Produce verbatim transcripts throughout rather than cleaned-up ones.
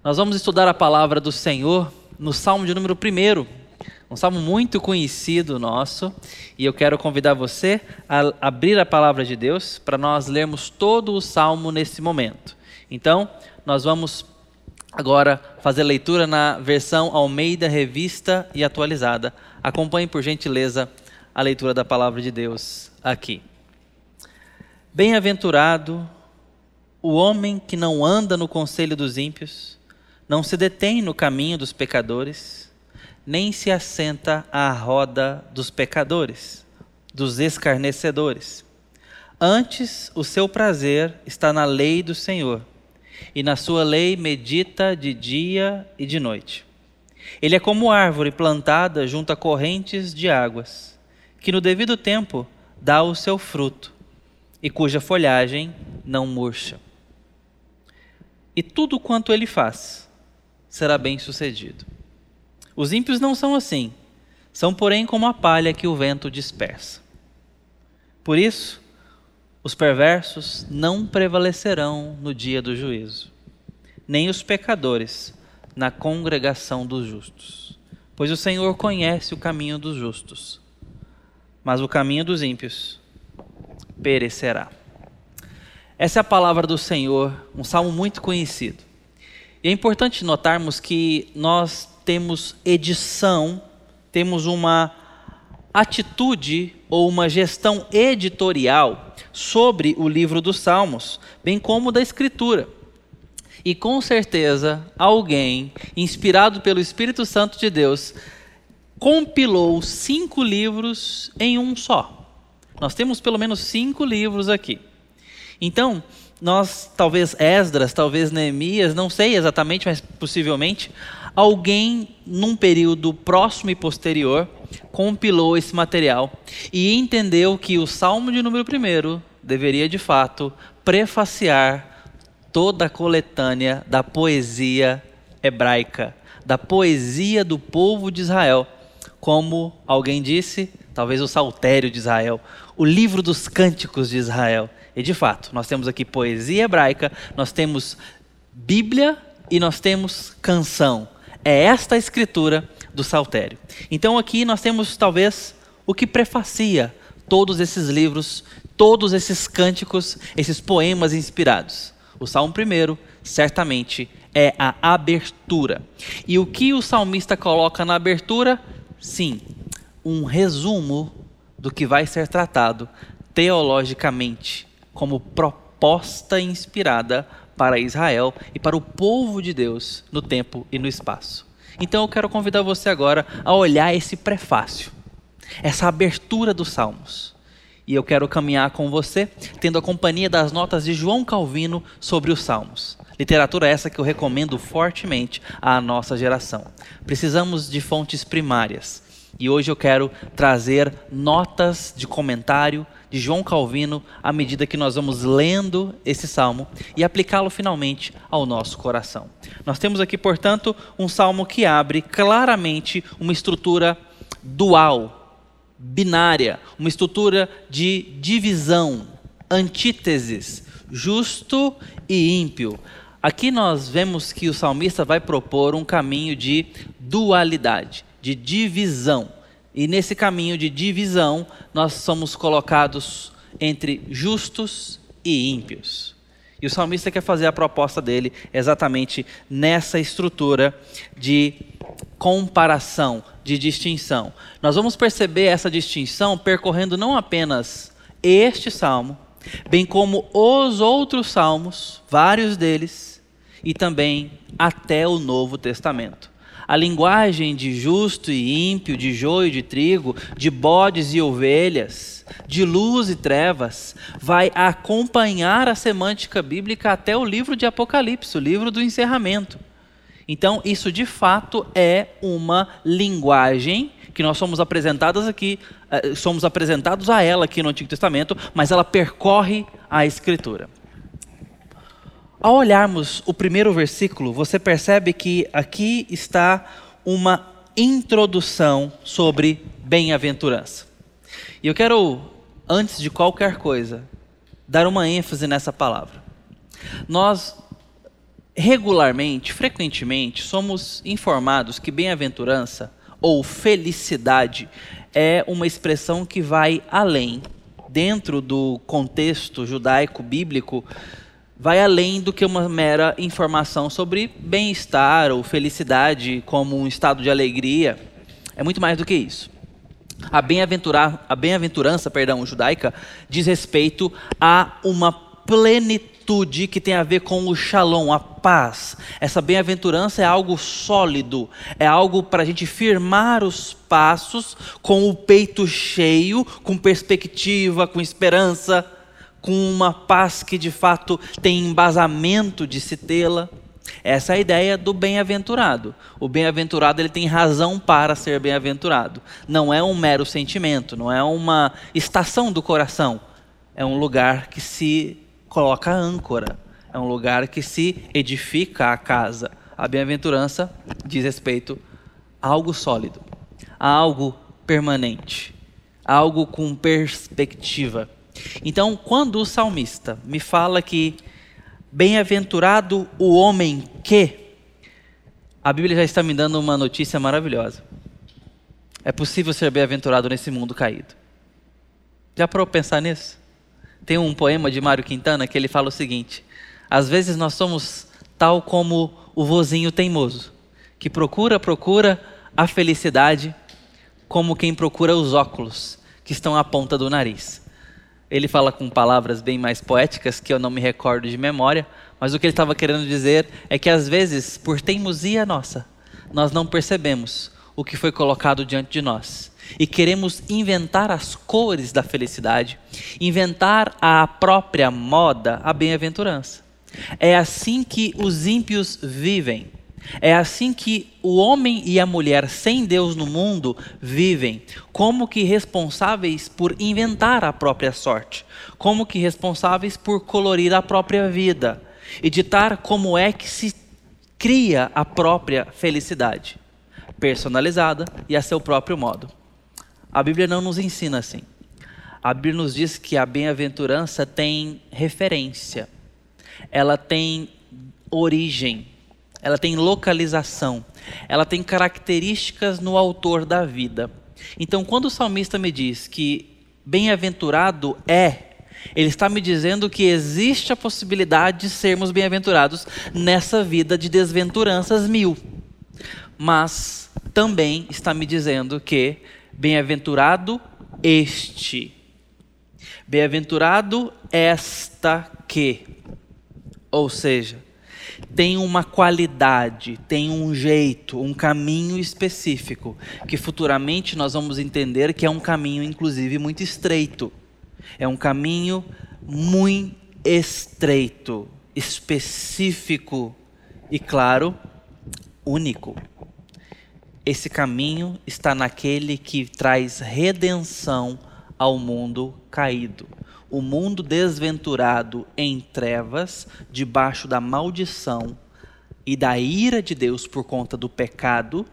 Nós vamos estudar a palavra do Senhor no Salmo de número um, um salmo muito conhecido nosso, e eu quero convidar você a abrir a palavra de Deus para nós lermos todo o salmo nesse momento. Então, nós vamos agora fazer leitura na versão Almeida, Revista e Atualizada. Acompanhe, por gentileza, a leitura da palavra de Deus aqui. Bem-aventurado o homem que não anda no conselho dos ímpios, não se detém no caminho dos pecadores, nem se assenta à roda dos pecadores, dos escarnecedores. Antes, o seu prazer está na lei do Senhor, e na sua lei medita de dia e de noite. Ele é como árvore plantada junto a correntes de águas, que no devido tempo dá o seu fruto, e cuja folhagem não murcha. E tudo quanto ele faz será bem sucedido. Os ímpios não são assim, são porém como a palha que o vento dispersa. Por isso, os perversos não prevalecerão no dia do juízo, nem os pecadores na congregação dos justos. Pois o Senhor conhece o caminho dos justos, mas o caminho dos ímpios perecerá. Essa é a palavra do Senhor, um salmo muito conhecido. E é importante notarmos que nós temos edição, temos uma atitude ou uma gestão editorial sobre o livro dos Salmos, bem como da Escritura. E com certeza alguém, inspirado pelo Espírito Santo de Deus, compilou cinco livros em um só. Nós temos pelo menos cinco livros aqui. Então, nós, talvez Esdras, talvez Neemias, não sei exatamente, mas possivelmente, alguém num período próximo e posterior compilou esse material e entendeu que o Salmo de número um deveria de fato prefaciar toda a coletânea da poesia hebraica, da poesia do povo de Israel, como alguém disse, talvez o Saltério de Israel, o livro dos cânticos de Israel. E de fato, nós temos aqui poesia hebraica, nós temos Bíblia e nós temos canção. É esta a escritura do Saltério. Então aqui nós temos talvez o que prefacia todos esses livros, todos esses cânticos, esses poemas inspirados. O Salmo um certamente é a abertura. E o que o salmista coloca na abertura? Sim, um resumo do que vai ser tratado teologicamente como proposta inspirada para Israel e para o povo de Deus no tempo e no espaço. Então eu quero convidar você agora a olhar esse prefácio, essa abertura dos Salmos. E eu quero caminhar com você, tendo a companhia das notas de João Calvino sobre os Salmos. Literatura essa que eu recomendo fortemente à nossa geração. Precisamos de fontes primárias. E hoje eu quero trazer notas de comentário de João Calvino à medida que nós vamos lendo esse salmo e aplicá-lo finalmente ao nosso coração. Nós temos aqui, portanto, um salmo que abre claramente uma estrutura dual, binária, uma estrutura de divisão, antíteses, justo e ímpio. Aqui nós vemos que o salmista vai propor um caminho de dualidade, de divisão. E nesse caminho de divisão, nós somos colocados entre justos e ímpios. E o salmista quer fazer a proposta dele exatamente nessa estrutura de comparação, de distinção. Nós vamos perceber essa distinção percorrendo não apenas este salmo, bem como os outros salmos, vários deles, e também até o Novo Testamento. A linguagem de justo e ímpio, de joio e de trigo, de bodes e ovelhas, de luz e trevas, vai acompanhar a semântica bíblica até o livro de Apocalipse, o livro do encerramento. Então, isso de fato é uma linguagem que nós somos apresentados aqui, somos apresentados a ela aqui no Antigo Testamento, mas ela percorre a Escritura. Ao olharmos o primeiro versículo, você percebe que aqui está uma introdução sobre bem-aventurança. E eu quero, antes de qualquer coisa, dar uma ênfase nessa palavra. Nós regularmente, frequentemente, somos informados que bem-aventurança ou felicidade é uma expressão que vai além, dentro do contexto judaico-bíblico, vai além do que uma mera informação sobre bem-estar ou felicidade como um estado de alegria. É muito mais do que isso. A, bem-aventura, a bem-aventurança, perdão, judaica diz respeito a uma plenitude que tem a ver com o shalom, a paz. Essa bem-aventurança é algo sólido, é algo para a gente firmar os passos com o peito cheio, com perspectiva, com esperança, com uma paz que de fato tem embasamento de se tê-la. Essa é a ideia do bem-aventurado. O bem-aventurado ele tem razão para ser bem-aventurado. Não é um mero sentimento, não é uma estação do coração. É um lugar que se coloca âncora. É um lugar que se edifica a casa. A bem-aventurança diz respeito a algo sólido, a algo permanente, a algo com perspectiva. Então, quando o salmista me fala que bem-aventurado o homem que, a Bíblia já está me dando uma notícia maravilhosa. É possível ser bem-aventurado nesse mundo caído. Já parou para pensar nisso? Tem um poema de Mário Quintana que ele fala o seguinte: às vezes nós somos tal como o vozinho teimoso, que procura, procura a felicidade como quem procura os óculos que estão à ponta do nariz. Ele fala com palavras bem mais poéticas que eu não me recordo de memória, mas o que ele estava querendo dizer é que às vezes, por teimosia nossa, nós não percebemos o que foi colocado diante de nós e queremos inventar as cores da felicidade, inventar a própria moda, a bem-aventurança. É assim que os ímpios vivem. É assim que o homem e a mulher sem Deus no mundo vivem, como que responsáveis por inventar a própria sorte, como que responsáveis por colorir a própria vida e ditar como é que se cria a própria felicidade, personalizada e a seu próprio modo. A Bíblia não nos ensina assim. A Bíblia nos diz que a bem-aventurança tem referência, ela tem origem, ela tem localização, ela tem características no autor da vida. Então, quando o salmista me diz que bem-aventurado é, ele está me dizendo que existe a possibilidade de sermos bem-aventurados nessa vida de desventuranças mil. Mas também está me dizendo que bem-aventurado este, bem-aventurado esta que, ou seja, tem uma qualidade, tem um jeito, um caminho específico, que futuramente nós vamos entender que é um caminho, inclusive, muito estreito. É um caminho muito estreito, específico e, claro, único. Esse caminho está naquele que traz redenção ao mundo caído. O mundo desventurado em trevas, debaixo da maldição e da ira de Deus por conta do pecado,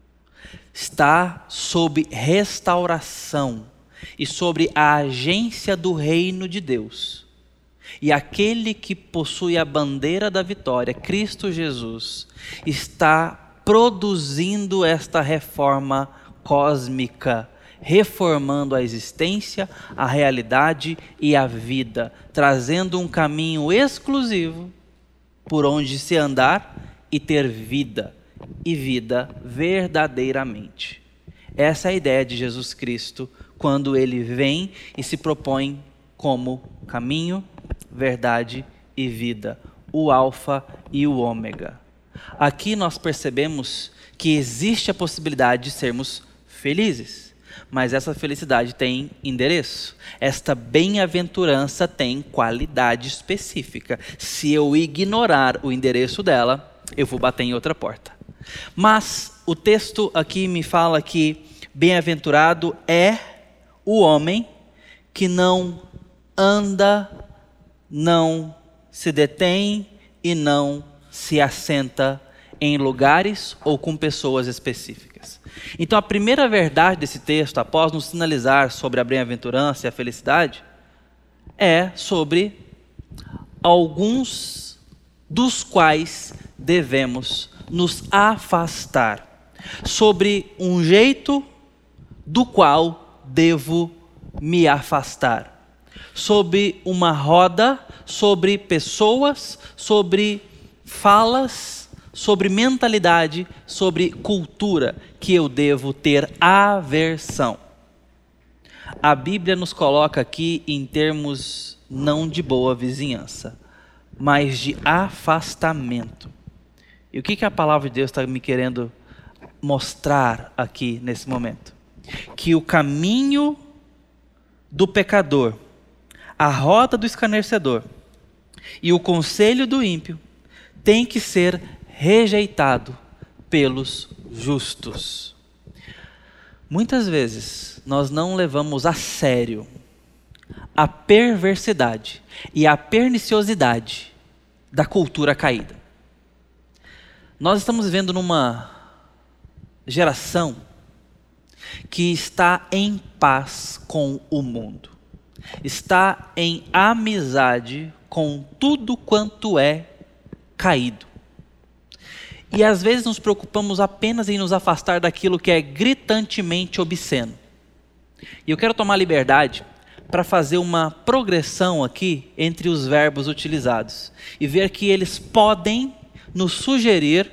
está sob restauração e sobre a agência do reino de Deus. E aquele que possui a bandeira da vitória, Cristo Jesus, está produzindo esta reforma cósmica, reformando a existência, a realidade e a vida, trazendo um caminho exclusivo por onde se andar e ter vida, e vida verdadeiramente. Essa é a ideia de Jesus Cristo quando ele vem e se propõe como caminho, verdade e vida, o alfa e o ômega. Aqui nós percebemos que existe a possibilidade de sermos felizes. Mas essa felicidade tem endereço. Esta bem-aventurança tem qualidade específica. Se eu ignorar o endereço dela, eu vou bater em outra porta. Mas o texto aqui me fala que bem-aventurado é o homem que não anda, não se detém e não se assenta em lugares ou com pessoas específicas. Então, a primeira verdade desse texto, após nos sinalizar sobre a bem-aventurança e a felicidade, é sobre alguns dos quais devemos nos afastar, sobre um jeito do qual devo me afastar, sobre uma roda, sobre pessoas, sobre falas, sobre mentalidade, sobre cultura que eu devo ter aversão. A Bíblia nos coloca aqui em termos não de boa vizinhança, mas de afastamento. E o que, que a palavra de Deus está me querendo mostrar aqui nesse momento? Que o caminho do pecador, a roda do escarnecedor e o conselho do ímpio tem que ser rejeitado pelos justos. Muitas vezes nós não levamos a sério a perversidade e a perniciosidade da cultura caída. Nós estamos vivendo numa geração que está em paz com o mundo, está em amizade com tudo quanto é caído. E às vezes nos preocupamos apenas em nos afastar daquilo que é gritantemente obsceno. E eu quero tomar liberdade para fazer uma progressão aqui entre os verbos utilizados e ver que eles podem nos sugerir,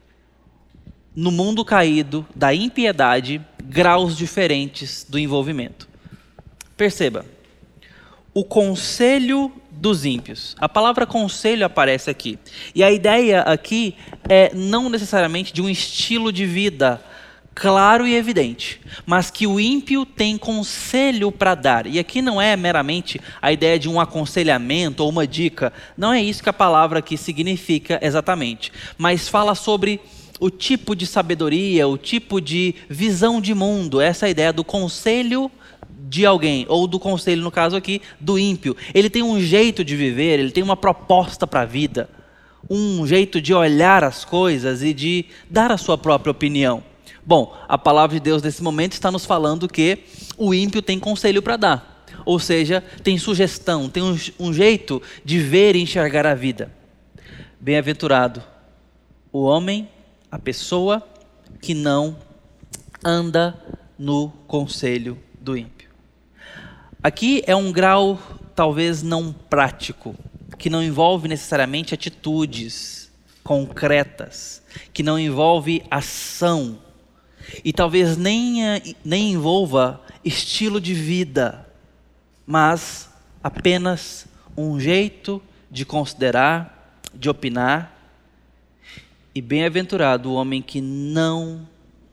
no mundo caído da impiedade, graus diferentes do envolvimento. Perceba, o conselho dos ímpios. A palavra conselho aparece aqui. E a ideia aqui é não necessariamente de um estilo de vida claro e evidente, mas que o ímpio tem conselho para dar. E aqui não é meramente a ideia de um aconselhamento ou uma dica. Não é isso que a palavra aqui significa exatamente. Mas fala sobre o tipo de sabedoria, o tipo de visão de mundo. Essa é a ideia do conselho de alguém, ou do conselho, no caso aqui, do ímpio. Ele tem um jeito de viver, ele tem uma proposta para a vida, um jeito de olhar as coisas e de dar a sua própria opinião. Bom, a palavra de Deus nesse momento está nos falando que o ímpio tem conselho para dar, ou seja, tem sugestão, tem um, um jeito de ver e enxergar a vida. Bem-aventurado o homem, a pessoa que não anda no conselho do ímpio. Aqui é um grau talvez não prático, que não envolve necessariamente atitudes concretas, que não envolve ação, e talvez nem, nem envolva estilo de vida, mas apenas um jeito de considerar, de opinar. E bem-aventurado o homem que não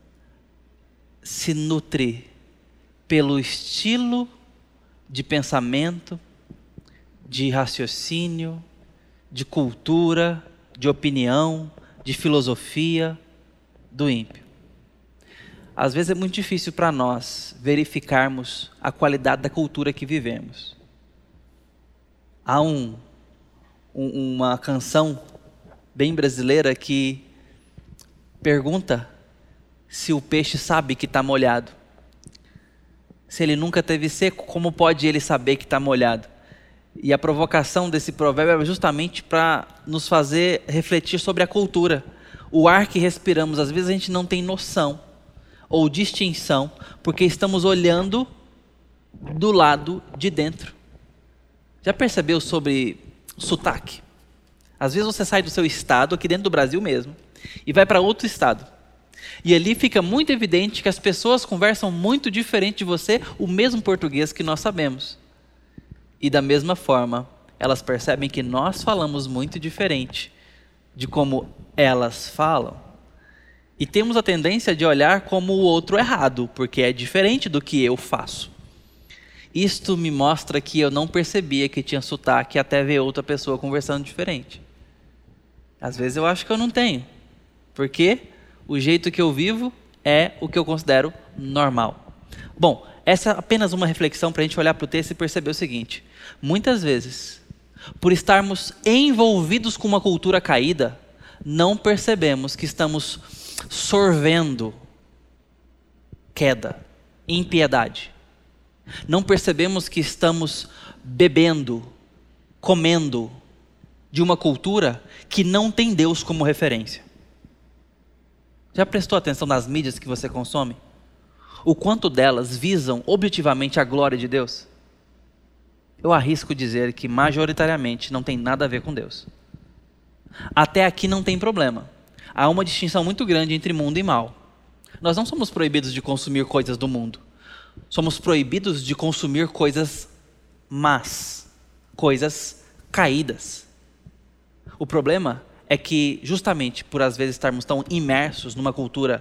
se nutre pelo estilo de pensamento, de raciocínio, de cultura, de opinião, de filosofia do ímpio. Às vezes é muito difícil para nós verificarmos a qualidade da cultura que vivemos. Há um, um, uma canção bem brasileira que pergunta se o peixe sabe que está molhado. Se ele nunca teve seco, como pode ele saber que está molhado? E a provocação desse provérbio é justamente para nos fazer refletir sobre a cultura. O ar que respiramos, às vezes a gente não tem noção ou distinção, porque estamos olhando do lado de dentro. Já percebeu sobre sotaque? Às vezes você sai do seu estado, aqui dentro do Brasil mesmo, e vai para outro estado. E ali fica muito evidente que as pessoas conversam muito diferente de você, o mesmo português que nós sabemos. E da mesma forma, elas percebem que nós falamos muito diferente de como elas falam. E temos a tendência de olhar como o outro errado, porque é diferente do que eu faço. Isto me mostra que eu não percebia que tinha sotaque até ver outra pessoa conversando diferente. Às vezes eu acho que eu não tenho, porque o jeito que eu vivo é o que eu considero normal. Bom, essa é apenas uma reflexão para a gente olhar para o texto e perceber o seguinte: muitas vezes, por estarmos envolvidos com uma cultura caída, não percebemos que estamos sorvendo queda, impiedade. Não percebemos que estamos bebendo, comendo de uma cultura que não tem Deus como referência. Já prestou atenção nas mídias que você consome? O quanto delas visam objetivamente a glória de Deus? Eu arrisco dizer que majoritariamente não tem nada a ver com Deus. Até aqui não tem problema. Há uma distinção muito grande entre mundo e mal. Nós não somos proibidos de consumir coisas do mundo. Somos proibidos de consumir coisas más, coisas caídas. O problema é que, justamente por às vezes estarmos tão imersos numa cultura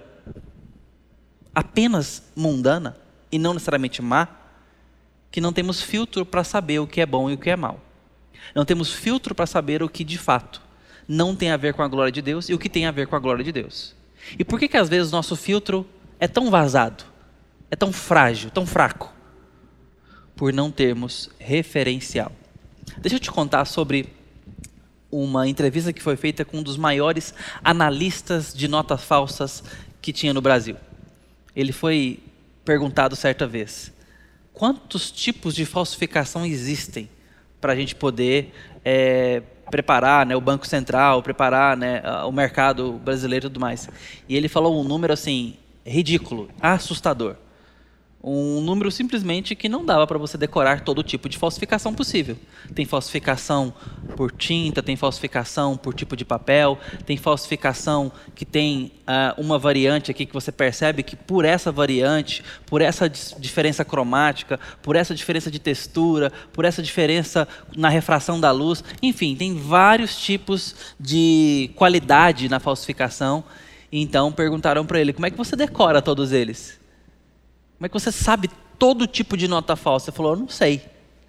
apenas mundana e não necessariamente má, que não temos filtro para saber o que é bom e o que é mal. Não temos filtro para saber o que de fato não tem a ver com a glória de Deus e o que tem a ver com a glória de Deus. E por que que às vezes o nosso filtro é tão vazado, é tão frágil, tão fraco? Por não termos referencial. Deixa eu te contar sobre uma entrevista que foi feita com um dos maiores analistas de notas falsas que tinha no Brasil. Ele foi perguntado certa vez: quantos tipos de falsificação existem para a gente poder é, preparar, né, o Banco Central, preparar, né, o mercado brasileiro e tudo mais? E ele falou um número assim, ridículo, assustador. Um número simplesmente que não dava para você decorar todo tipo de falsificação possível. Tem falsificação por tinta, tem falsificação por tipo de papel, tem falsificação que tem uh, uma variante aqui que você percebe que por essa variante, por essa diferença cromática, por essa diferença de textura, por essa diferença na refração da luz, enfim, tem vários tipos de qualidade na falsificação. Então perguntaram para ele: como é que você decora todos eles? Como é que você sabe todo tipo de nota falsa? Ele falou: eu não sei.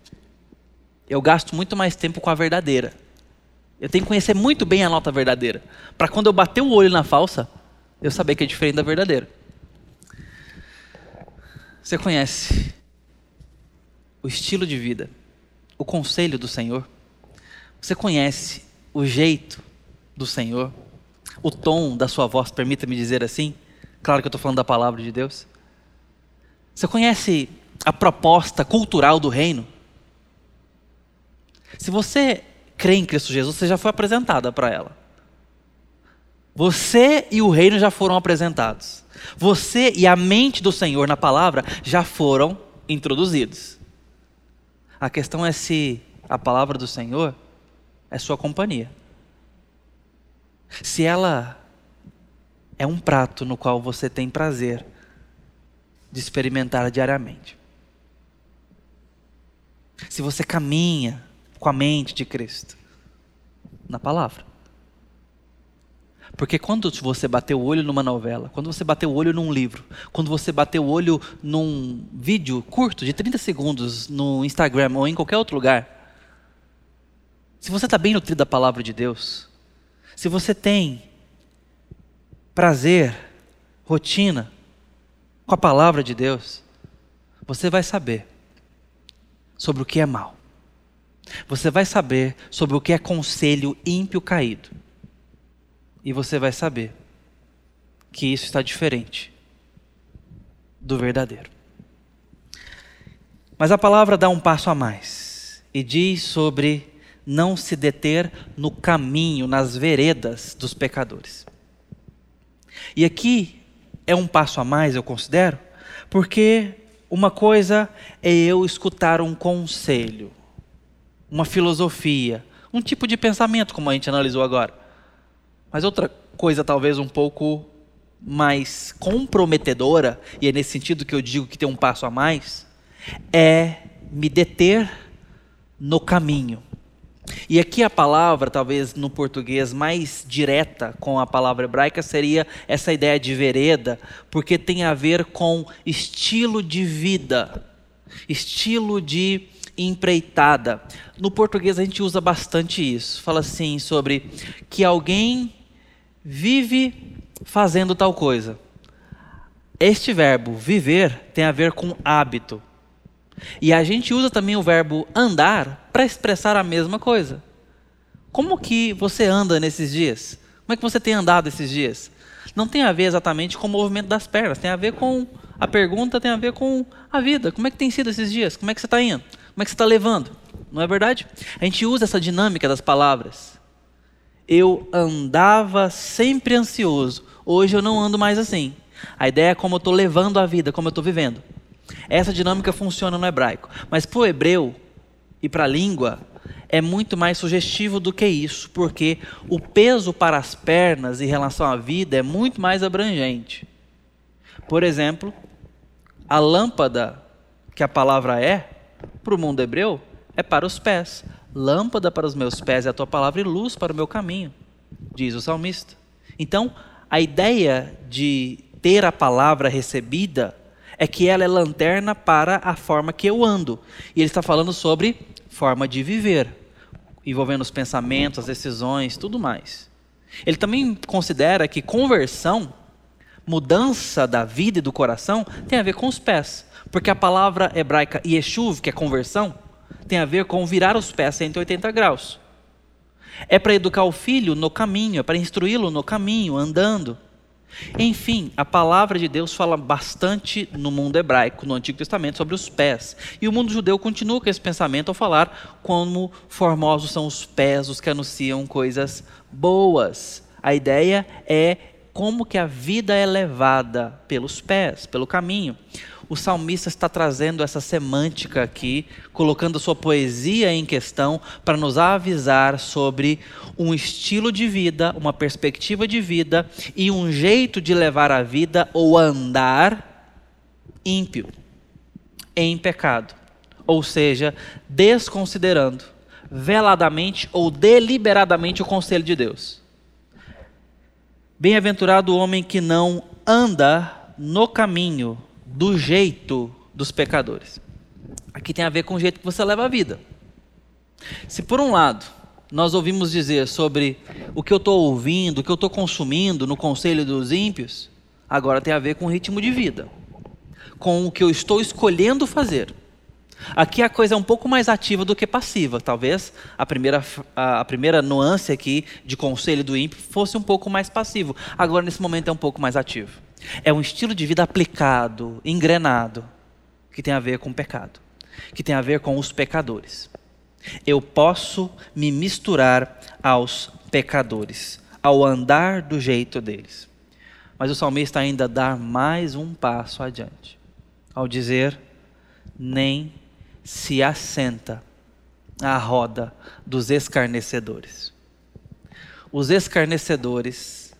Eu gasto muito mais tempo com a verdadeira. Eu tenho que conhecer muito bem a nota verdadeira, para quando eu bater o olho na falsa, eu saber que é diferente da verdadeira. Você conhece o estilo de vida, o conselho do Senhor? Você conhece o jeito do Senhor? O tom da sua voz, permita-me dizer assim? Claro que eu estou falando da palavra de Deus. Você conhece a proposta cultural do reino? Se você crê em Cristo Jesus, você já foi apresentada para ela. Você e o reino já foram apresentados. Você e a mente do Senhor na palavra já foram introduzidos. A questão é se a palavra do Senhor é sua companhia. Se ela é um prato no qual você tem prazer de experimentar diariamente. Se você caminha com a mente de Cristo na palavra. Porque quando você bater o olho numa novela, quando você bater o olho num livro, quando você bater o olho num vídeo curto de trinta segundos no Instagram ou em qualquer outro lugar, se você está bem nutrido da palavra de Deus, se você tem prazer, rotina com a palavra de Deus, você vai saber sobre o que é mal. Você vai saber sobre o que é conselho ímpio caído. E você vai saber que isso está diferente do verdadeiro. Mas a palavra dá um passo a mais e diz sobre não se deter no caminho, nas veredas dos pecadores. E aqui é um passo a mais, eu considero, porque uma coisa é eu escutar um conselho, uma filosofia, um tipo de pensamento, como a gente analisou agora. Mas outra coisa talvez um pouco mais comprometedora, e é nesse sentido que eu digo que tem um passo a mais, é me deter no caminho. E aqui a palavra, talvez no português mais direta com a palavra hebraica, seria essa ideia de vereda, porque tem a ver com estilo de vida, estilo de empreitada. No português a gente usa bastante isso, fala assim sobre que alguém vive fazendo tal coisa. Este verbo viver tem a ver com hábito. E a gente usa também o verbo andar para expressar a mesma coisa. Como que você anda nesses dias? Como é que você tem andado esses dias? Não tem a ver exatamente com o movimento das pernas, tem a ver com a pergunta, tem a ver com a vida. Como é que tem sido esses dias? Como é que você está indo? Como é que você está levando? não é verdade? A gente usa essa dinâmica das palavras. Eu andava sempre ansioso, hoje eu não ando mais assim. A ideia é como eu estou levando a vida, como eu estou vivendo. Essa dinâmica funciona no hebraico. Mas para o hebreu e para a língua, é muito mais sugestivo do que isso, porque o peso para as pernas em relação à vida é muito mais abrangente. Por exemplo, a lâmpada, que a palavra é, para o mundo hebreu, é para os pés. Lâmpada para os meus pés é a tua palavra e luz para o meu caminho, diz o salmista. Então, a ideia de ter a palavra recebida é que ela é lanterna para a forma que eu ando. E ele está falando sobre forma de viver, envolvendo os pensamentos, as decisões, tudo mais. Ele também considera que conversão, mudança da vida e do coração, tem a ver com os pés. Porque a palavra hebraica yeshuv, que é conversão, tem a ver com virar os pés cento e oitenta graus. É para educar o filho no caminho, é para instruí-lo no caminho, andando. Enfim, a palavra de Deus fala bastante no mundo hebraico, no Antigo Testamento, sobre os pés. E o mundo judeu continua com esse pensamento ao falar como formosos são os pés, os que anunciam coisas boas. A ideia é como que a vida é levada pelos pés, pelo caminho. O salmista está trazendo essa semântica aqui, colocando sua poesia em questão para nos avisar sobre um estilo de vida, uma perspectiva de vida e um jeito de levar a vida ou andar ímpio, em pecado. Ou seja, desconsiderando veladamente ou deliberadamente o conselho de Deus. Bem-aventurado o homem que não anda no caminho do jeito dos pecadores. Aqui tem a ver com o jeito que você leva a vida. Se por um lado, nós ouvimos dizer sobre o que eu estou ouvindo, o que eu estou consumindo no conselho dos ímpios, agora tem a ver com o ritmo de vida, com o que eu estou escolhendo fazer. Aqui a coisa é um pouco mais ativa do que passiva. Talvez a primeira, a, a primeira nuance aqui de conselho do ímpio fosse um pouco mais passivo. Agora nesse momento é um pouco mais ativo. É um estilo de vida aplicado, engrenado, que tem a ver com o pecado, que tem a ver com os pecadores. Eu posso me misturar aos pecadores, ao andar do jeito deles. Mas o salmista ainda dá mais um passo adiante, ao dizer, nem se assenta à roda dos escarnecedores. Os escarnecedores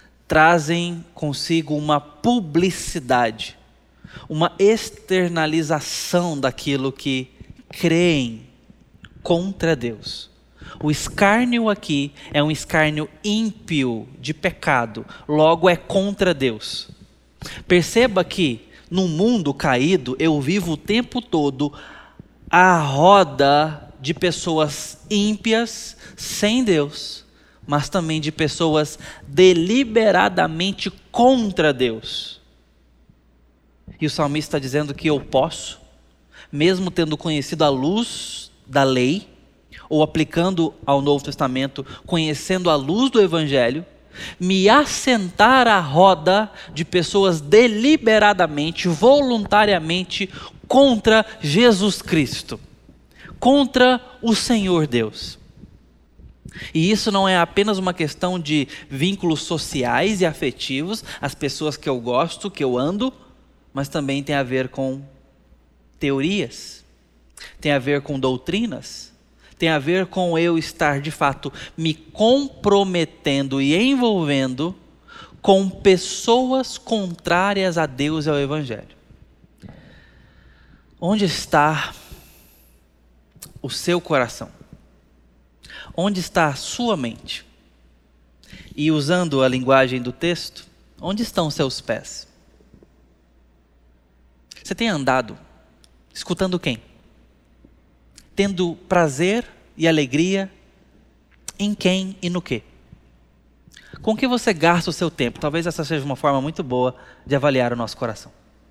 trazem consigo uma publicidade, uma externalização daquilo que creem contra Deus. O escárnio aqui é um escárnio ímpio de pecado, logo é contra Deus. Perceba que no mundo caído eu vivo o tempo todo à roda de pessoas ímpias sem Deus, mas também de pessoas deliberadamente contra Deus. E o salmista está dizendo que eu posso, mesmo tendo conhecido a luz da lei, ou aplicando ao Novo Testamento, conhecendo a luz do Evangelho, me assentar à roda de pessoas deliberadamente, voluntariamente contra Jesus Cristo, contra o Senhor Deus. E isso não é apenas uma questão de vínculos sociais e afetivos, as pessoas que eu gosto, que eu ando, mas também tem a ver com teorias, tem a ver com doutrinas, tem a ver com eu estar de fato me comprometendo e envolvendo com pessoas contrárias a Deus e ao Evangelho. Onde está o seu coração? Onde está a sua mente? E usando a linguagem do texto, onde estão os seus pés? Você tem andado escutando quem? Tendo prazer e alegria em quem e no quê? Com que você gasta o seu tempo? Talvez essa seja uma forma muito boa de avaliar o nosso coração.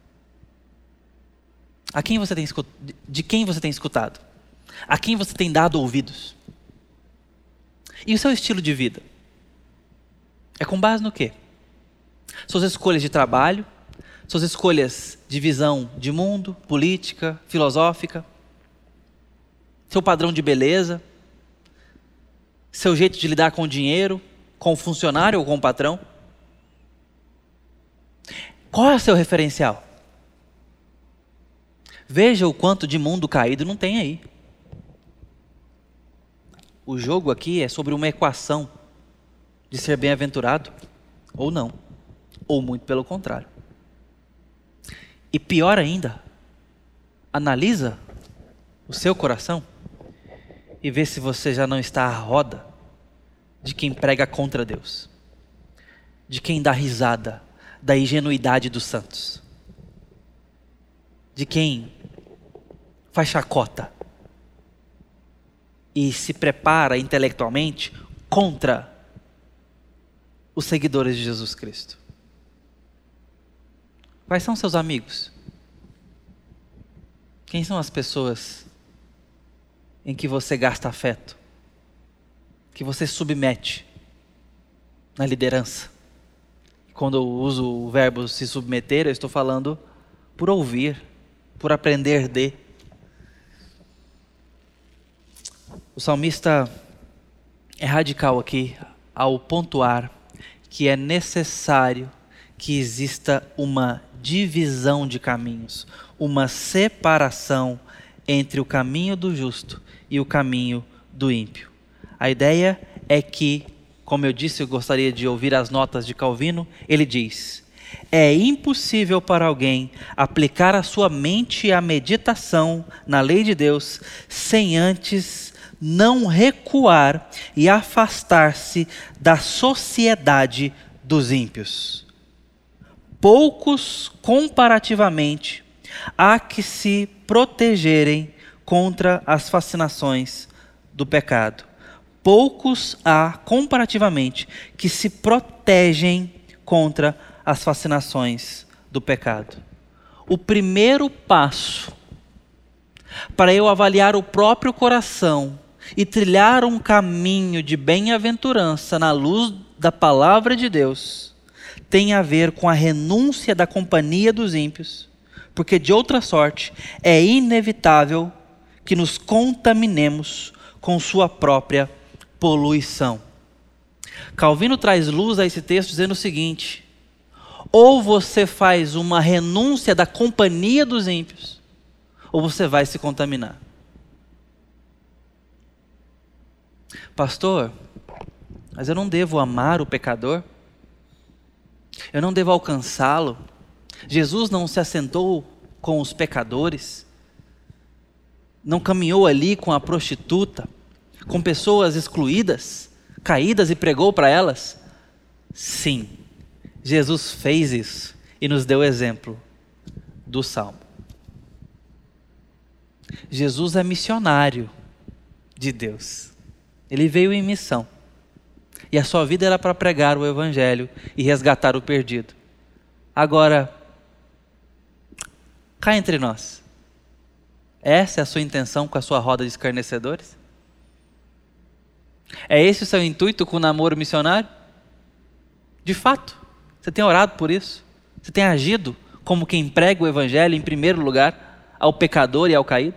A quem você tem escutado? De quem você tem escutado? A quem você tem dado ouvidos? E o seu estilo de vida? É com base no quê? Suas escolhas de trabalho? Suas escolhas de visão de mundo, política, filosófica? seu padrão de beleza, seu jeito de lidar com o dinheiro, com o funcionário ou com o patrão? Qual é o seu referencial? Veja o quanto de mundo caído não tem aí. O jogo aqui é sobre uma equação de ser bem-aventurado ou não, ou muito pelo contrário. E pior ainda, analisa o seu coração e vê se você já não está à roda de quem prega contra Deus, de quem dá risada da ingenuidade dos santos, de quem faz chacota e se prepara intelectualmente contra os seguidores de Jesus Cristo. Quais são seus amigos? Quem são as pessoas em que você gasta afeto, que você submete na liderança? Quando eu uso o verbo se submeter, eu estou falando por ouvir, por aprender de. O salmista é radical aqui ao pontuar que é necessário que exista uma divisão de caminhos, uma separação entre o caminho do justo e o caminho do ímpio. A ideia é que, como eu disse, eu gostaria de ouvir as notas de Calvino. Ele diz: é impossível para alguém aplicar a sua mente à meditação na lei de Deus sem antes não recuar e afastar-se da sociedade dos ímpios. Poucos, comparativamente, há que se protegerem contra as fascinações do pecado. Poucos há, comparativamente, que se protegem contra as fascinações do pecado. O primeiro passo para eu avaliar o próprio coração e trilhar um caminho de bem-aventurança na luz da palavra de Deus tem a ver com a renúncia da companhia dos ímpios, porque de outra sorte é inevitável que nos contaminemos com sua própria poluição. Calvino traz luz a esse texto dizendo o seguinte: ou você faz uma renúncia da companhia dos ímpios, ou você vai se contaminar. Pastor, mas eu não devo amar o pecador? Eu não devo alcançá-lo? Jesus não se assentou com os pecadores? Não caminhou ali com a prostituta, com pessoas excluídas, caídas, e pregou para elas? Sim, Jesus fez isso e nos deu exemplo do Salmo. Jesus é missionário de Deus. Ele veio em missão. E a sua vida era para pregar o evangelho e resgatar o perdido. Agora, cá entre nós, essa é a sua intenção com a sua roda de escarnecedores? É esse o seu intuito com o namoro missionário? De fato, você tem orado por isso? Você tem agido como quem prega o evangelho em primeiro lugar ao pecador e ao caído?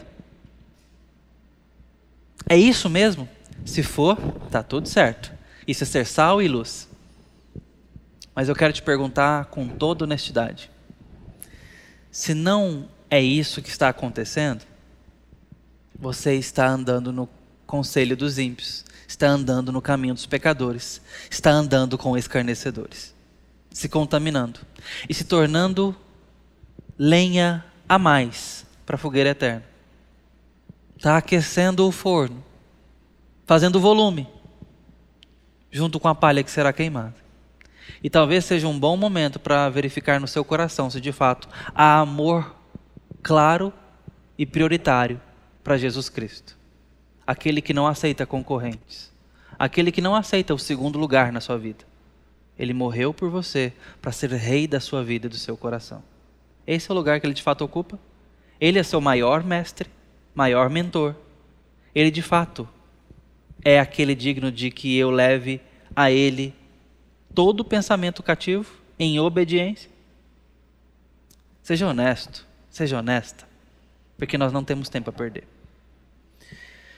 É isso mesmo? Se for, está tudo certo. Isso é ser sal e luz. Mas eu quero te perguntar com toda honestidade: se não é isso que está acontecendo, você está andando no conselho dos ímpios, está andando no caminho dos pecadores, está andando com escarnecedores, se contaminando e se tornando lenha a mais para a fogueira eterna. Está aquecendo o forno, fazendo volume, junto com a palha que será queimada. E talvez seja um bom momento para verificar no seu coração se de fato há amor claro e prioritário para Jesus Cristo. Aquele que não aceita concorrentes. Aquele que não aceita o segundo lugar na sua vida. Ele morreu por você para ser rei da sua vida e do seu coração. Esse é o lugar que ele de fato ocupa. Ele é seu maior mestre, maior mentor. Ele de fato é aquele digno de que eu leve a ele todo pensamento cativo em obediência. Seja honesto, seja honesta, porque nós não temos tempo a perder.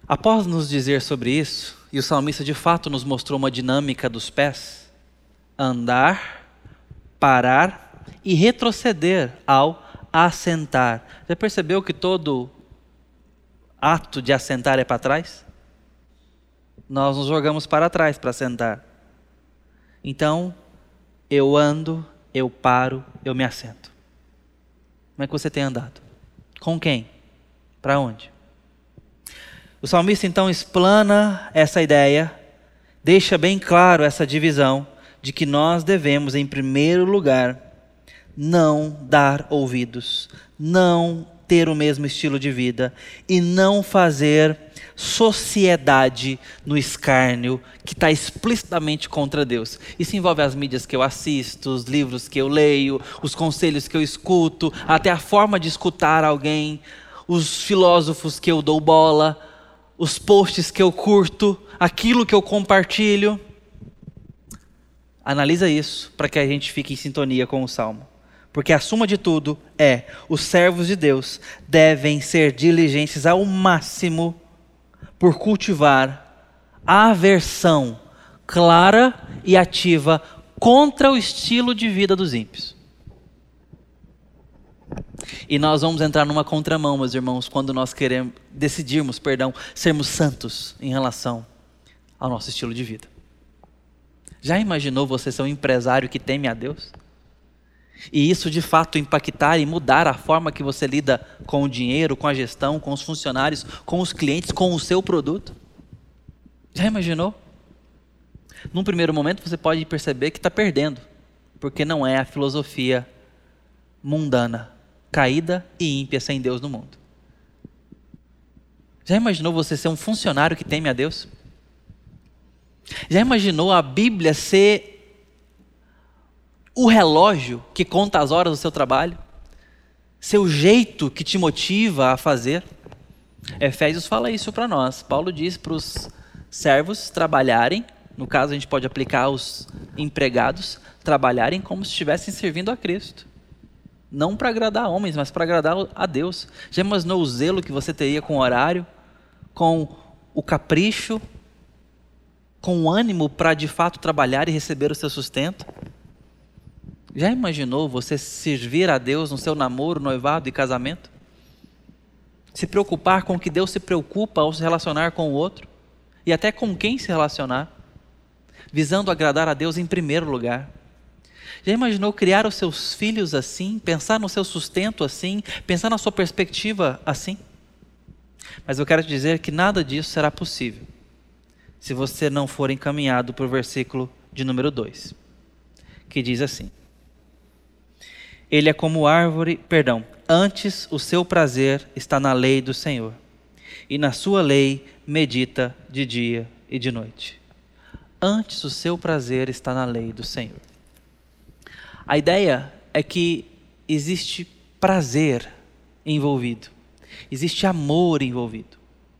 Após nos dizer sobre isso, e o salmista de fato nos mostrou uma dinâmica dos pés, andar, parar e retroceder ao assentar. Já percebeu que todo ato de assentar é para trás? Nós nos jogamos para trás para sentar. Então, eu ando, eu paro, eu me assento. Como é que você tem andado? Com quem? Para onde? O salmista então explana essa ideia, deixa bem claro essa divisão de que nós devemos, em primeiro lugar, não dar ouvidos, não ter o mesmo estilo de vida e não fazer sociedade no escárnio que está explicitamente contra Deus. Isso envolve as mídias que eu assisto, os livros que eu leio, os conselhos que eu escuto, até a forma de escutar alguém, os filósofos que eu dou bola, os posts que eu curto, aquilo que eu compartilho. Analisa isso para que a gente fique em sintonia com o Salmo. Porque a suma de tudo é, os servos de Deus devem ser diligentes ao máximo por cultivar a aversão clara e ativa contra o estilo de vida dos ímpios. E nós vamos entrar numa contramão, meus irmãos, quando nós queremos, decidirmos, perdão, sermos santos em relação ao nosso estilo de vida. Já imaginou você ser um empresário que teme a Deus? E isso de fato impactar e mudar a forma que você lida com o dinheiro, com a gestão, com os funcionários, com os clientes, com o seu produto? Já imaginou? Num primeiro momento você pode perceber que está perdendo, porque não é a filosofia mundana, caída e ímpia sem Deus no mundo. Já imaginou você ser um funcionário que teme a Deus? Já imaginou a Bíblia ser o relógio que conta as horas do seu trabalho? Seu jeito que te motiva a fazer? Efésios fala isso para nós. Paulo diz para os servos trabalharem, no caso a gente pode aplicar aos empregados, trabalharem como se estivessem servindo a Cristo. Não para agradar homens, mas para agradar a Deus. Já imaginou o zelo que você teria com o horário, com o capricho, com o ânimo para de fato trabalhar e receber o seu sustento? Já imaginou você servir a Deus no seu namoro, noivado e casamento? Se preocupar com o que Deus se preocupa ao se relacionar com o outro? E até com quem se relacionar? Visando agradar a Deus em primeiro lugar. Já imaginou criar os seus filhos assim? Pensar no seu sustento assim? Pensar na sua perspectiva assim? Mas eu quero te dizer que nada disso será possível se você não for encaminhado para o versículo de número dois, que diz assim: Ele é como árvore, perdão, antes o seu prazer está na lei do Senhor, e na sua lei medita de dia e de noite. Antes o seu prazer está na lei do Senhor. A ideia é que existe prazer envolvido, existe amor envolvido.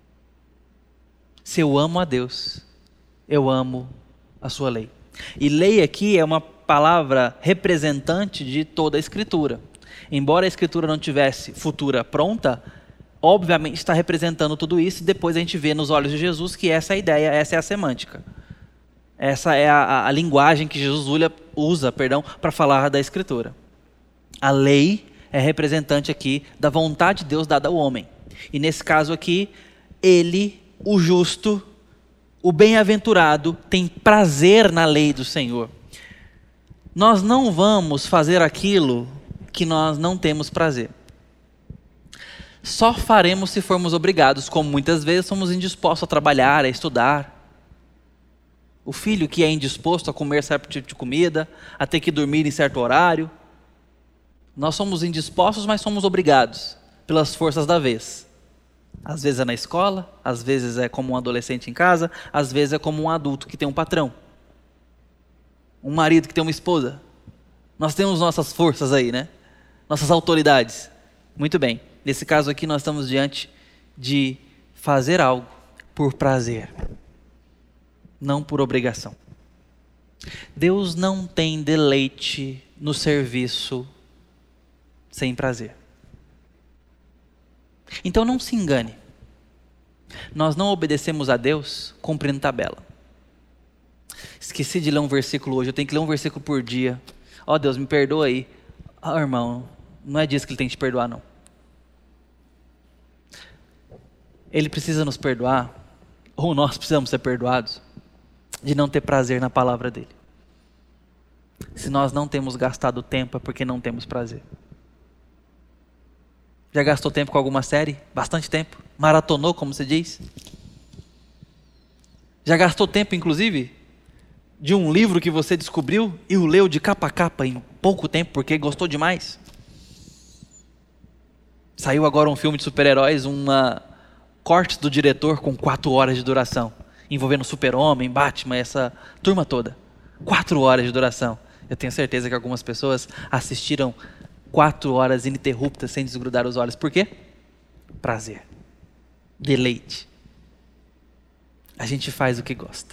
Se eu amo a Deus, eu amo a sua lei. E lei aqui é uma palavra representante de toda a Escritura. Embora a Escritura não tivesse futura pronta, obviamente está representando tudo isso, e depois a gente vê nos olhos de Jesus que essa é a ideia, essa é a semântica. Essa é a, a, a linguagem que Jesus usa, usa perdão, para falar da Escritura. A lei é representante aqui da vontade de Deus dada ao homem. E nesse caso aqui, ele, o justo, o bem-aventurado, tem prazer na lei do Senhor. Nós não vamos fazer aquilo que nós não temos prazer. Só faremos se formos obrigados, como muitas vezes somos indispostos a trabalhar, a estudar. O filho que é indisposto a comer certo tipo de comida, a ter que dormir em certo horário. Nós somos indispostos, mas somos obrigados pelas forças da vez. Às vezes é na escola, às vezes é como um adolescente em casa, às vezes é como um adulto que tem um patrão. Um marido que tem uma esposa. Nós temos nossas forças aí, né? Nossas autoridades. Muito bem. Nesse caso aqui nós estamos diante de fazer algo por prazer, não por obrigação. Deus não tem deleite no serviço sem prazer. Então não se engane. Nós não obedecemos a Deus cumprindo tabela. Esqueci de ler um versículo hoje, eu tenho que ler um versículo por dia. Ó Deus, me perdoa aí. Ah, irmão, não é disso que Ele tem que te perdoar, não. Ele precisa nos perdoar, ou nós precisamos ser perdoados, de não ter prazer na palavra dEle. Se nós não temos gastado tempo, é porque não temos prazer. Já gastou tempo com alguma série? Bastante tempo. Maratonou, como se diz? Já gastou tempo, inclusive, de um livro que você descobriu e o leu de capa a capa em pouco tempo, porque gostou demais? Saiu agora um filme de super-heróis, uma corte do diretor com quatro horas de duração, envolvendo Super-Homem, Batman, essa turma toda. Quatro horas de duração. Eu tenho certeza que algumas pessoas assistiram quatro horas ininterruptas sem desgrudar os olhos. Por quê? Prazer. Deleite. A gente faz o que gosta.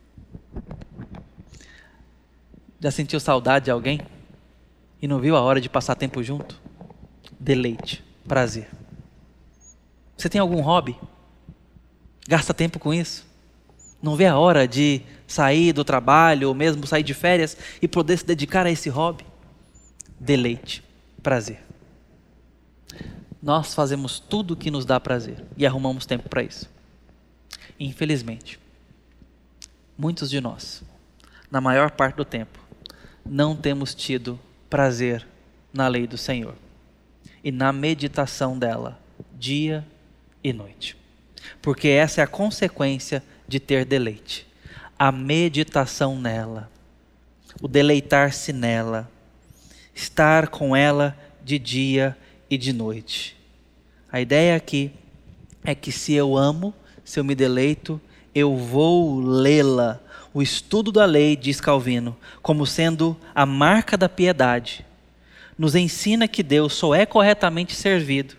Já sentiu saudade de alguém? E não viu a hora de passar tempo junto? Deleite. Prazer. Você tem algum hobby? Gasta tempo com isso? Não vê a hora de sair do trabalho ou mesmo sair de férias e poder se dedicar a esse hobby? Deleite, prazer. Nós fazemos tudo o que nos dá prazer e arrumamos tempo para isso. Infelizmente, muitos de nós, na maior parte do tempo, não temos tido prazer na lei do Senhor e na meditação dela, dia e noite. Porque essa é a consequência de ter deleite. A meditação nela, o deleitar-se nela, estar com ela de dia e de noite. A ideia aqui é que se eu amo, se eu me deleito, eu vou lê-la. O estudo da lei, diz Calvino, como sendo a marca da piedade, nos ensina que Deus só é corretamente servido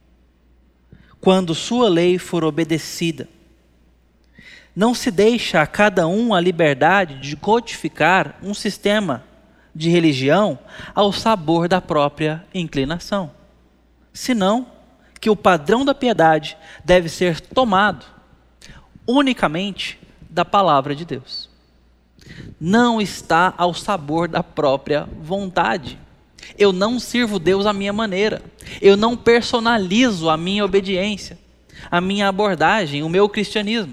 quando sua lei for obedecida. Não se deixa a cada um a liberdade de codificar um sistema de religião ao sabor da própria inclinação, senão que o padrão da piedade deve ser tomado unicamente da palavra de Deus. Não está ao sabor da própria vontade. Eu não sirvo Deus à minha maneira. Eu não personalizo a minha obediência, a minha abordagem, o meu cristianismo.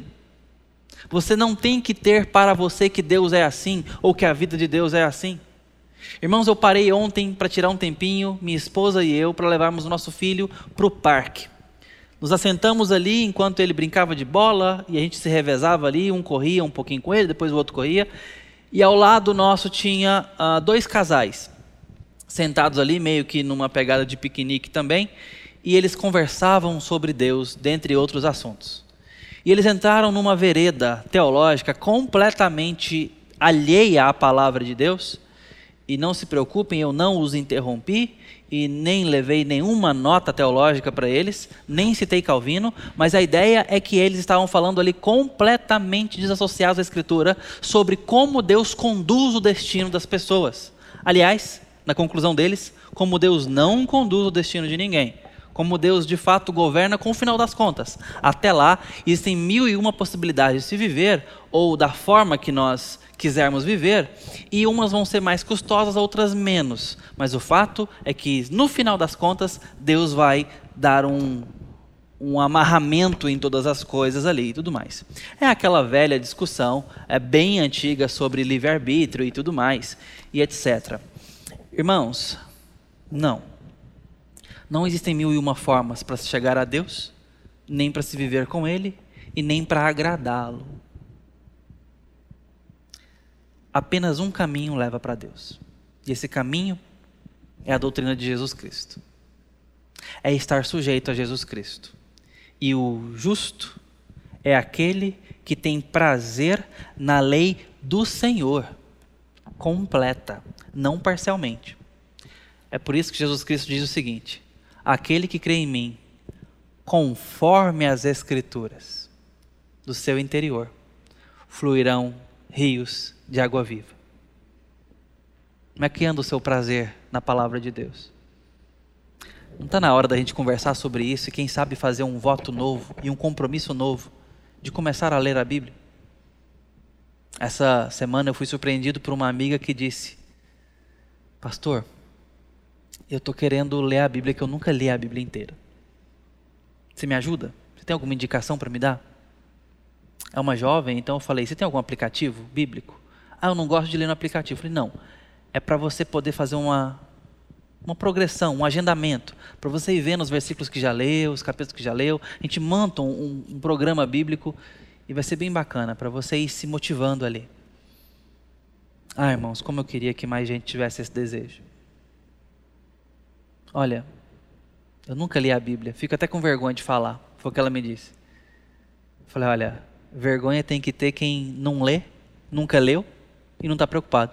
Você não tem que ter para você que Deus é assim, ou que a vida de Deus é assim. Irmãos, eu parei ontem para tirar um tempinho, minha esposa e eu, para levarmos o nosso filho para o parque. Nos assentamos ali enquanto ele brincava de bola, e a gente se revezava ali, um corria um pouquinho com ele, depois o outro corria. E ao lado nosso tinha uh, dois casais, sentados ali, meio que numa pegada de piquenique também, e eles conversavam sobre Deus, dentre outros assuntos. E eles entraram numa vereda teológica completamente alheia à palavra de Deus, e não se preocupem, eu não os interrompi, e nem levei nenhuma nota teológica para eles, nem citei Calvino, mas a ideia é que eles estavam falando ali completamente desassociados da Escritura, sobre como Deus conduz o destino das pessoas. Aliás, na conclusão deles, como Deus não conduz o destino de ninguém, como Deus de fato governa com o final das contas. Até lá, existem mil e uma possibilidades de se viver, ou da forma que nós quisermos viver, e umas vão ser mais custosas, outras menos. Mas o fato é que, no final das contas, Deus vai dar um, um amarramento em todas as coisas ali e tudo mais. É aquela velha discussão, é bem antiga, sobre livre-arbítrio e tudo mais, e etcétera. Irmãos, não. Não existem mil e uma formas para se chegar a Deus, nem para se viver com Ele, e nem para agradá-lo. Apenas um caminho leva para Deus. E esse caminho é a doutrina de Jesus Cristo. É estar sujeito a Jesus Cristo. E o justo é aquele que tem prazer na lei do Senhor, completa, não parcialmente. É por isso que Jesus Cristo diz o seguinte: aquele que crê em mim, conforme as Escrituras, do seu interior fluirão rios de água viva. Como é que anda o seu prazer na palavra de Deus? Não está na hora da gente conversar sobre isso e quem sabe fazer um voto novo e um compromisso novo de começar a ler a Bíblia? Essa semana eu fui surpreendido por uma amiga que disse: pastor, eu estou querendo ler a Bíblia, que eu nunca li a Bíblia inteira. Você me ajuda? Você tem alguma indicação para me dar? É uma jovem, então eu falei: você tem algum aplicativo bíblico? Ah, eu não gosto de ler no aplicativo. Eu falei: não, é para você poder fazer uma, uma progressão, um agendamento, para você ir vendo os versículos que já leu, os capítulos que já leu. A gente monta um, um programa bíblico e vai ser bem bacana para você ir se motivando ali. Ah, irmãos, como eu queria que mais gente tivesse esse desejo. Olha, eu nunca li a Bíblia, fico até com vergonha de falar, foi o que ela me disse. Eu falei: olha, vergonha tem que ter quem não lê, nunca leu e não está preocupado.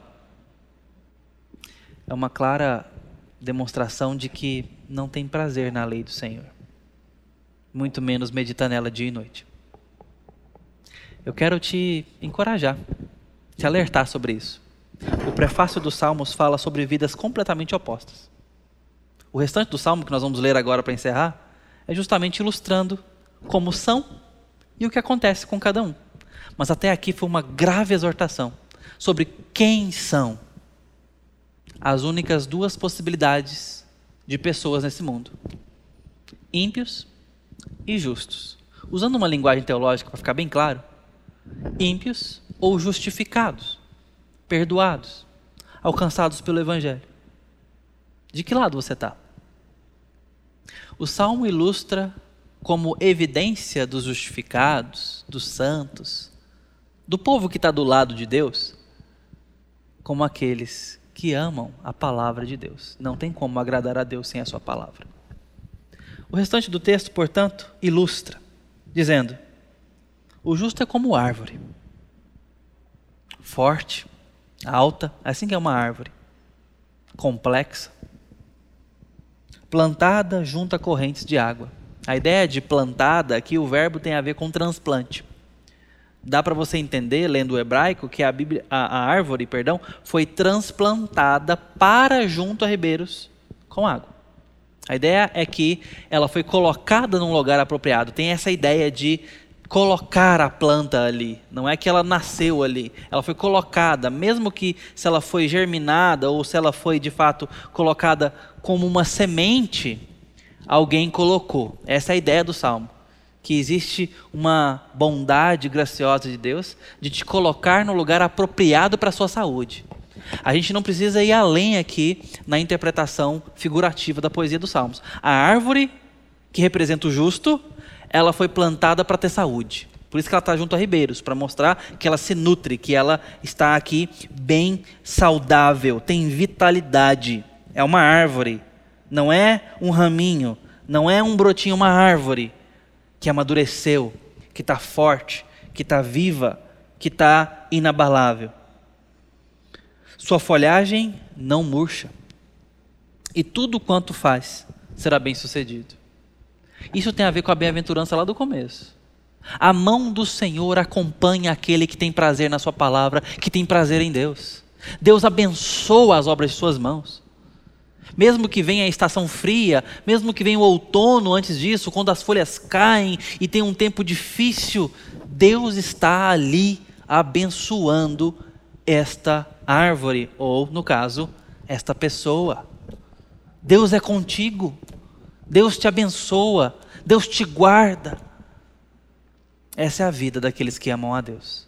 É uma clara demonstração de que não tem prazer na lei do Senhor, muito menos medita nela dia e noite. Eu quero te encorajar, te alertar sobre isso. O prefácio dos Salmos fala sobre vidas completamente opostas. O restante do Salmo, que nós vamos ler agora para encerrar, é justamente ilustrando como são e o que acontece com cada um. Mas até aqui foi uma grave exortação sobre quem são as únicas duas possibilidades de pessoas nesse mundo: ímpios e justos. Usando uma linguagem teológica para ficar bem claro, ímpios ou justificados, perdoados, alcançados pelo Evangelho. De que lado você está? O Salmo ilustra como evidência dos justificados, dos santos, do povo que está do lado de Deus, como aqueles que amam a palavra de Deus. Não tem como agradar a Deus sem a sua palavra. O restante do texto, portanto, ilustra, dizendo: o justo é como árvore, forte, alta, assim que é uma árvore, complexa, plantada junto a correntes de água. A ideia de plantada aqui, o verbo tem a ver com transplante. Dá para você entender, lendo o hebraico, que a, Bíblia, a, a árvore perdão, foi transplantada para junto a ribeiros com água. A ideia é que ela foi colocada num lugar apropriado. Tem essa ideia de colocar a planta ali. Não é que ela nasceu ali. Ela foi colocada, mesmo que se ela foi germinada ou se ela foi de fato colocada como uma semente, alguém colocou. Essa é a ideia do Salmo. Que existe uma bondade graciosa de Deus de te colocar no lugar apropriado para a sua saúde. A gente não precisa ir além aqui na interpretação figurativa da poesia dos Salmos. A árvore que representa o justo, ela foi plantada para ter saúde. Por isso que ela está junto a ribeiros, para mostrar que ela se nutre, que ela está aqui bem saudável, tem vitalidade. É uma árvore, não é um raminho, não é um brotinho, uma árvore que amadureceu, que está forte, que está viva, que está inabalável. Sua folhagem não murcha, e tudo quanto faz será bem sucedido. Isso tem a ver com a bem-aventurança lá do começo. A mão do Senhor acompanha aquele que tem prazer na sua palavra, que tem prazer em Deus. Deus abençoa as obras de suas mãos. Mesmo que venha a estação fria, mesmo que venha o outono antes disso, quando as folhas caem e tem um tempo difícil, Deus está ali abençoando esta árvore, ou no caso, esta pessoa. Deus é contigo, Deus te abençoa, Deus te guarda. Essa é a vida daqueles que amam a Deus.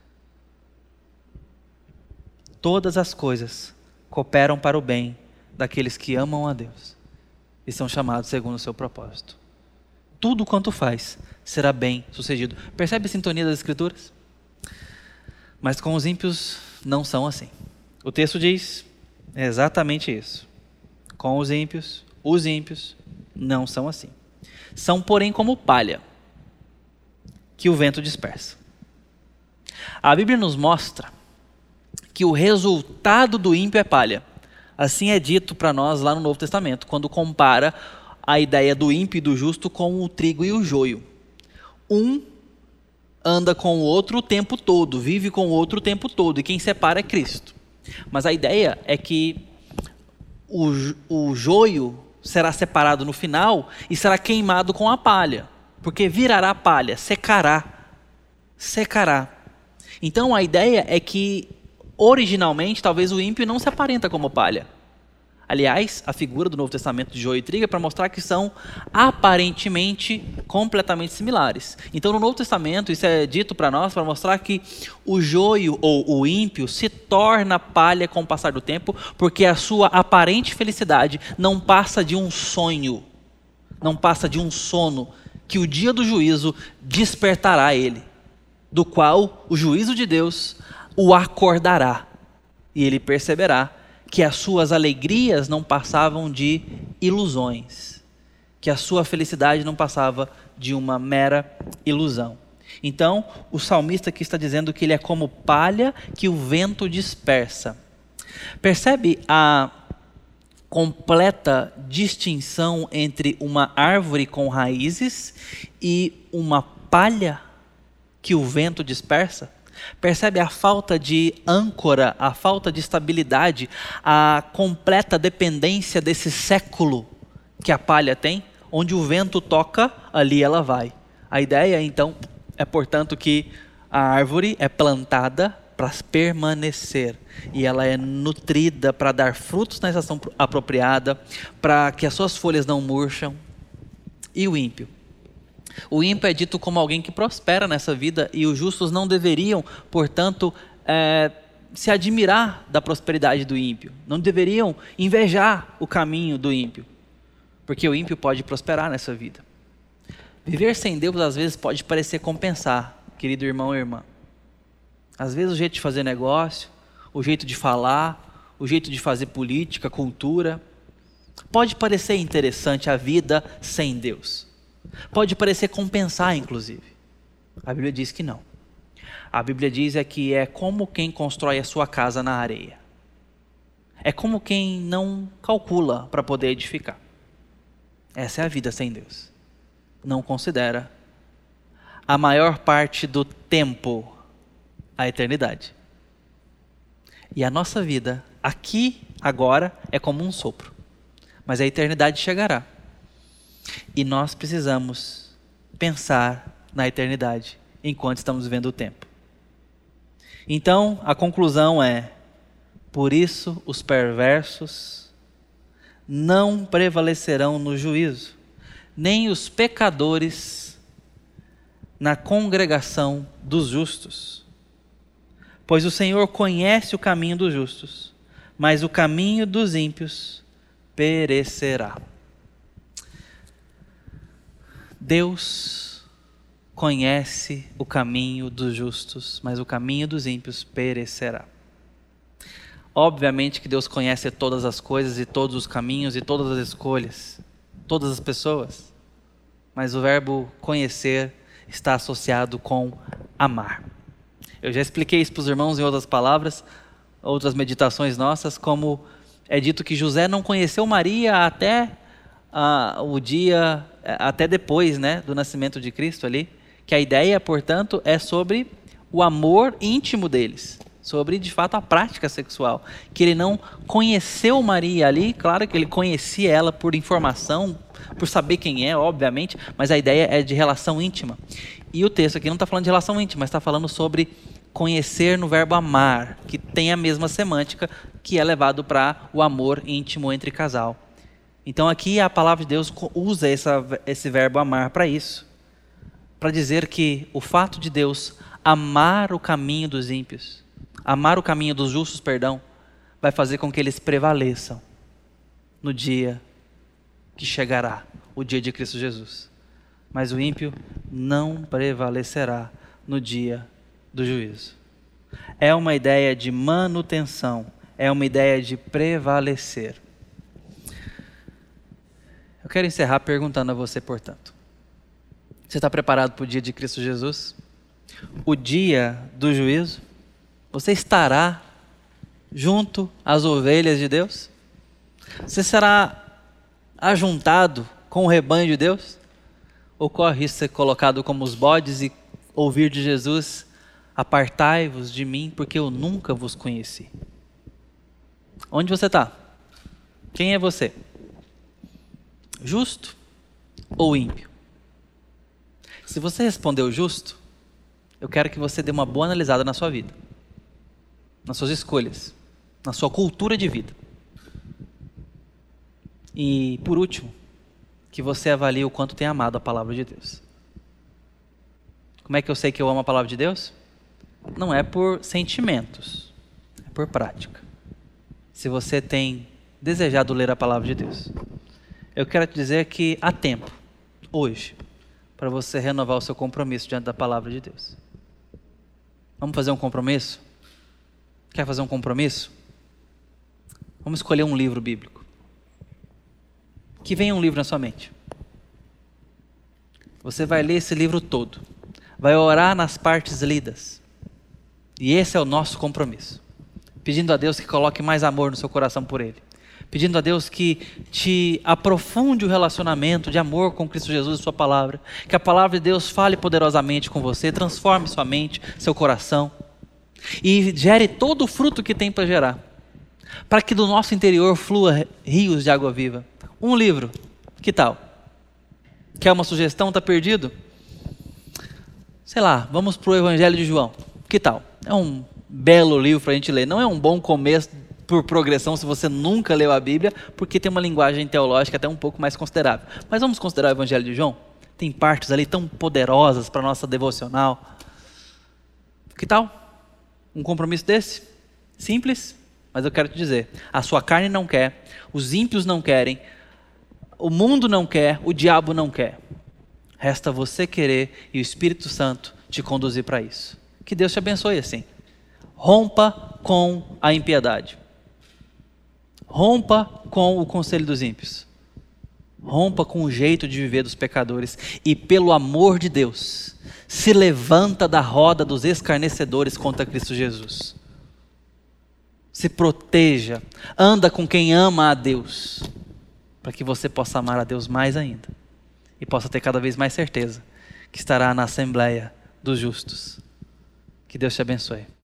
Todas as coisas cooperam para o bem daqueles que amam a Deus e são chamados segundo o seu propósito. Tudo quanto faz será bem sucedido. Percebe a sintonia das Escrituras? Mas com os ímpios não são assim. O texto diz exatamente isso. Com os ímpios, os ímpios não são assim. São, porém, como palha que o vento dispersa. A Bíblia nos mostra que o resultado do ímpio é palha. Assim é dito para nós lá no Novo Testamento, quando compara a ideia do ímpio e do justo com o trigo e o joio. Um anda com o outro o tempo todo, vive com o outro o tempo todo, e quem separa é Cristo. Mas a ideia é que o, o joio será separado no final e será queimado com a palha, porque virará palha, secará, secará. Então a ideia é que, originalmente, talvez o ímpio não se aparenta como palha. Aliás, a figura do Novo Testamento de joio e trigo é para mostrar que são aparentemente completamente similares. Então, no Novo Testamento, isso é dito para nós para mostrar que o joio ou o ímpio se torna palha com o passar do tempo, porque a sua aparente felicidade não passa de um sonho, não passa de um sono, que o dia do juízo despertará ele, do qual o juízo de Deus o acordará, e ele perceberá que as suas alegrias não passavam de ilusões, que a sua felicidade não passava de uma mera ilusão. Então, o salmista aqui está dizendo que ele é como palha que o vento dispersa. Percebe a completa distinção entre uma árvore com raízes e uma palha que o vento dispersa? Percebe a falta de âncora, a falta de estabilidade, a completa dependência desse século que a palha tem? Onde o vento toca, ali ela vai. A ideia, então, é, portanto, que a árvore é plantada para permanecer. E ela é nutrida para dar frutos na estação apropriada, para que as suas folhas não murcham. E o ímpio? O ímpio é dito como alguém que prospera nessa vida, e os justos não deveriam, portanto, é, se admirar da prosperidade do ímpio. Não deveriam invejar o caminho do ímpio, porque o ímpio pode prosperar nessa vida. Viver sem Deus às vezes pode parecer compensar, querido irmão e irmã. Às vezes o jeito de fazer negócio, o jeito de falar, o jeito de fazer política, cultura, pode parecer interessante a vida sem Deus. Pode parecer compensar, inclusive. A Bíblia diz que não. A Bíblia diz é que é como quem constrói a sua casa na areia. É como quem não calcula para poder edificar. Essa é a vida sem Deus. Não considera a maior parte do tempo a eternidade. E a nossa vida, aqui, agora, é como um sopro. Mas a eternidade chegará. E nós precisamos pensar na eternidade enquanto estamos vivendo o tempo. Então, a conclusão é: por isso os perversos não prevalecerão no juízo, nem os pecadores na congregação dos justos. Pois o Senhor conhece o caminho dos justos, mas o caminho dos ímpios perecerá. Deus conhece o caminho dos justos, mas o caminho dos ímpios perecerá. Obviamente que Deus conhece todas as coisas e todos os caminhos e todas as escolhas, todas as pessoas, mas o verbo conhecer está associado com amar. Eu já expliquei isso para os irmãos em outras palavras, outras meditações nossas, como é dito que José não conheceu Maria até ah, o dia, até depois, né, do nascimento de Cristo ali, que a ideia, portanto, é sobre o amor íntimo deles, sobre, de fato, a prática sexual, que ele não conheceu Maria ali, claro que ele conhecia ela por informação, por saber quem é, obviamente, mas a ideia é de relação íntima. E o texto aqui não está falando de relação íntima, mas está falando sobre conhecer no verbo amar, que tem a mesma semântica que é levado para o amor íntimo entre casal. Então aqui a palavra de Deus usa essa, esse verbo amar para isso, para dizer que o fato de Deus amar o caminho dos ímpios, amar o caminho dos justos, perdão, vai fazer com que eles prevaleçam no dia que chegará, o dia de Cristo Jesus. Mas o ímpio não prevalecerá no dia do juízo. É uma ideia de manutenção, é uma ideia de prevalecer. Eu quero encerrar perguntando a você, portanto, você está preparado para o dia de Cristo Jesus? O dia do juízo? Você estará junto às ovelhas de Deus? Você será ajuntado com o rebanho de Deus? Ou corre risco de ser colocado como os bodes e ouvir de Jesus: apartai-vos de mim, porque eu nunca vos conheci? Onde você está? Quem é você? Justo ou ímpio? Se você respondeu justo, eu quero que você dê uma boa analisada na sua vida, nas suas escolhas, na sua cultura de vida. E, por último, que você avalie o quanto tem amado a palavra de Deus. Como é que eu sei que eu amo a palavra de Deus? Não é por sentimentos, é por prática. Se você tem desejado ler a palavra de Deus, eu quero te dizer que há tempo, hoje, para você renovar o seu compromisso diante da palavra de Deus. Vamos fazer um compromisso? Quer fazer um compromisso? Vamos escolher um livro bíblico. Que venha um livro na sua mente. Você vai ler esse livro todo. Vai orar nas partes lidas. E esse é o nosso compromisso. Pedindo a Deus que coloque mais amor no seu coração por Ele. Pedindo a Deus que te aprofunde o relacionamento de amor com Cristo Jesus e sua palavra. Que a palavra de Deus fale poderosamente com você, transforme sua mente, seu coração. E gere todo o fruto que tem para gerar. Para que do nosso interior flua rios de água viva. Um livro, que tal? Quer uma sugestão? Está perdido? Sei lá, vamos para o Evangelho de João. Que tal? É um belo livro para a gente ler. Não é um bom começo por progressão se você nunca leu a Bíblia, porque tem uma linguagem teológica até um pouco mais considerável. Mas vamos considerar o Evangelho de João? Tem partes ali tão poderosas para a nossa devocional. Que tal? Um compromisso desse? Simples, mas eu quero te dizer. A sua carne não quer, os ímpios não querem, o mundo não quer, o diabo não quer. Resta você querer e o Espírito Santo te conduzir para isso. Que Deus te abençoe assim. Rompa com a impiedade. Rompa com o conselho dos ímpios. Rompa com o jeito de viver dos pecadores. E pelo amor de Deus, se levanta da roda dos escarnecedores contra Cristo Jesus. Se proteja. Anda com quem ama a Deus. Para que você possa amar a Deus mais ainda. E possa ter cada vez mais certeza que estará na Assembleia dos Justos. Que Deus te abençoe.